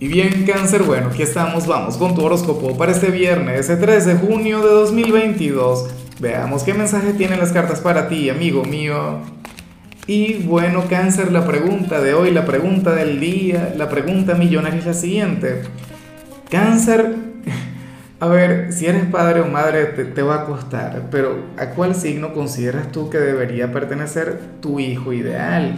Y bien, Cáncer, bueno, aquí estamos, vamos con tu horóscopo para este viernes, el 3 de junio de 2022. Veamos qué mensaje tienen las cartas para ti, amigo mío. Y bueno, Cáncer, la pregunta de hoy, la pregunta del día, la pregunta millonaria es la siguiente. Cáncer, a ver, si eres padre o madre te va a costar, pero ¿a cuál signo consideras tú que debería pertenecer tu hijo ideal?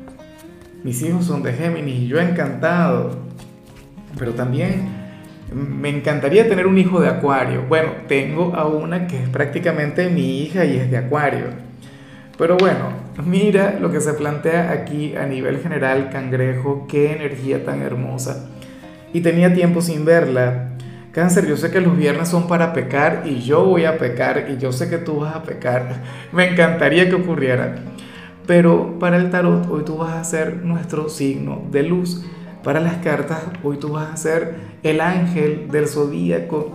Mis hijos son de Géminis y yo encantado. Pero también me encantaría tener un hijo de Acuario. Bueno, tengo a una que es prácticamente mi hija y es de Acuario. Pero bueno, mira lo que se plantea aquí a nivel general, Cangrejo, qué energía tan hermosa. Y tenía tiempo sin verla. Cáncer, yo sé que los viernes son para pecar y yo voy a pecar y yo sé que tú vas a pecar. Me encantaría que ocurriera. Pero para el tarot hoy tú vas a ser nuestro signo de luz. Para las cartas, hoy tú vas a ser el ángel del zodíaco.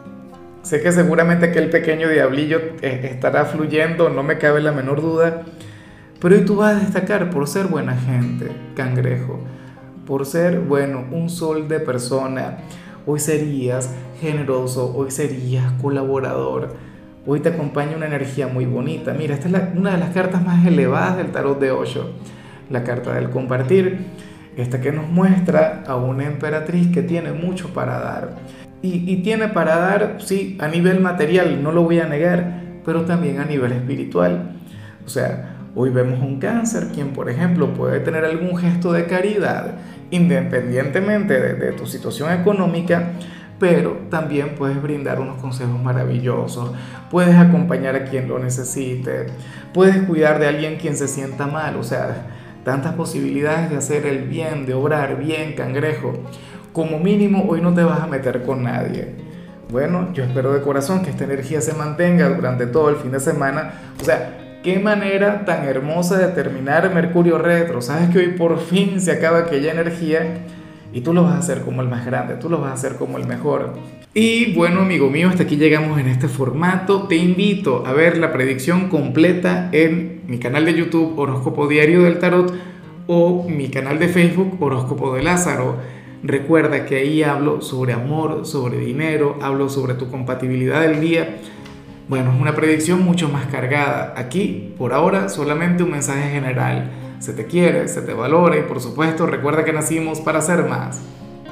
Sé que seguramente aquel pequeño diablillo estará fluyendo, no me cabe la menor duda. Pero hoy tú vas a destacar por ser buena gente, Cangrejo. Por ser, bueno, un sol de persona. Hoy serías generoso, hoy serías colaborador. Hoy te acompaña una energía muy bonita. Mira, esta es una de las cartas más elevadas del tarot de Osho. La carta del compartir. Esta que nos muestra a una emperatriz que tiene mucho para dar. Y tiene para dar, sí, a nivel material, no lo voy a negar, pero también a nivel espiritual. O sea, hoy vemos un Cáncer, quien por ejemplo puede tener algún gesto de caridad, independientemente de tu situación económica, pero también puedes brindar unos consejos maravillosos, puedes acompañar a quien lo necesite, puedes cuidar de alguien quien se sienta mal, o sea, tantas posibilidades de hacer el bien, de obrar bien, Cangrejo. Como mínimo, hoy no te vas a meter con nadie. Bueno, yo espero de corazón que esta energía se mantenga durante todo el fin de semana. O sea, qué manera tan hermosa de terminar Mercurio retro. Sabes que hoy por fin se acaba aquella energía y tú lo vas a hacer como el más grande, tú lo vas a hacer como el mejor. Y bueno, amigo mío, hasta aquí llegamos en este formato. Te invito a ver la predicción completa en mi canal de YouTube Horóscopo Diario del Tarot o mi canal de Facebook Horóscopo de Lázaro. Recuerda que ahí hablo sobre amor, sobre dinero, hablo sobre tu compatibilidad del día. Bueno, es una predicción mucho más cargada. Aquí, por ahora, solamente un mensaje general. Se te quiere, se te valora y por supuesto recuerda que nacimos para ser más.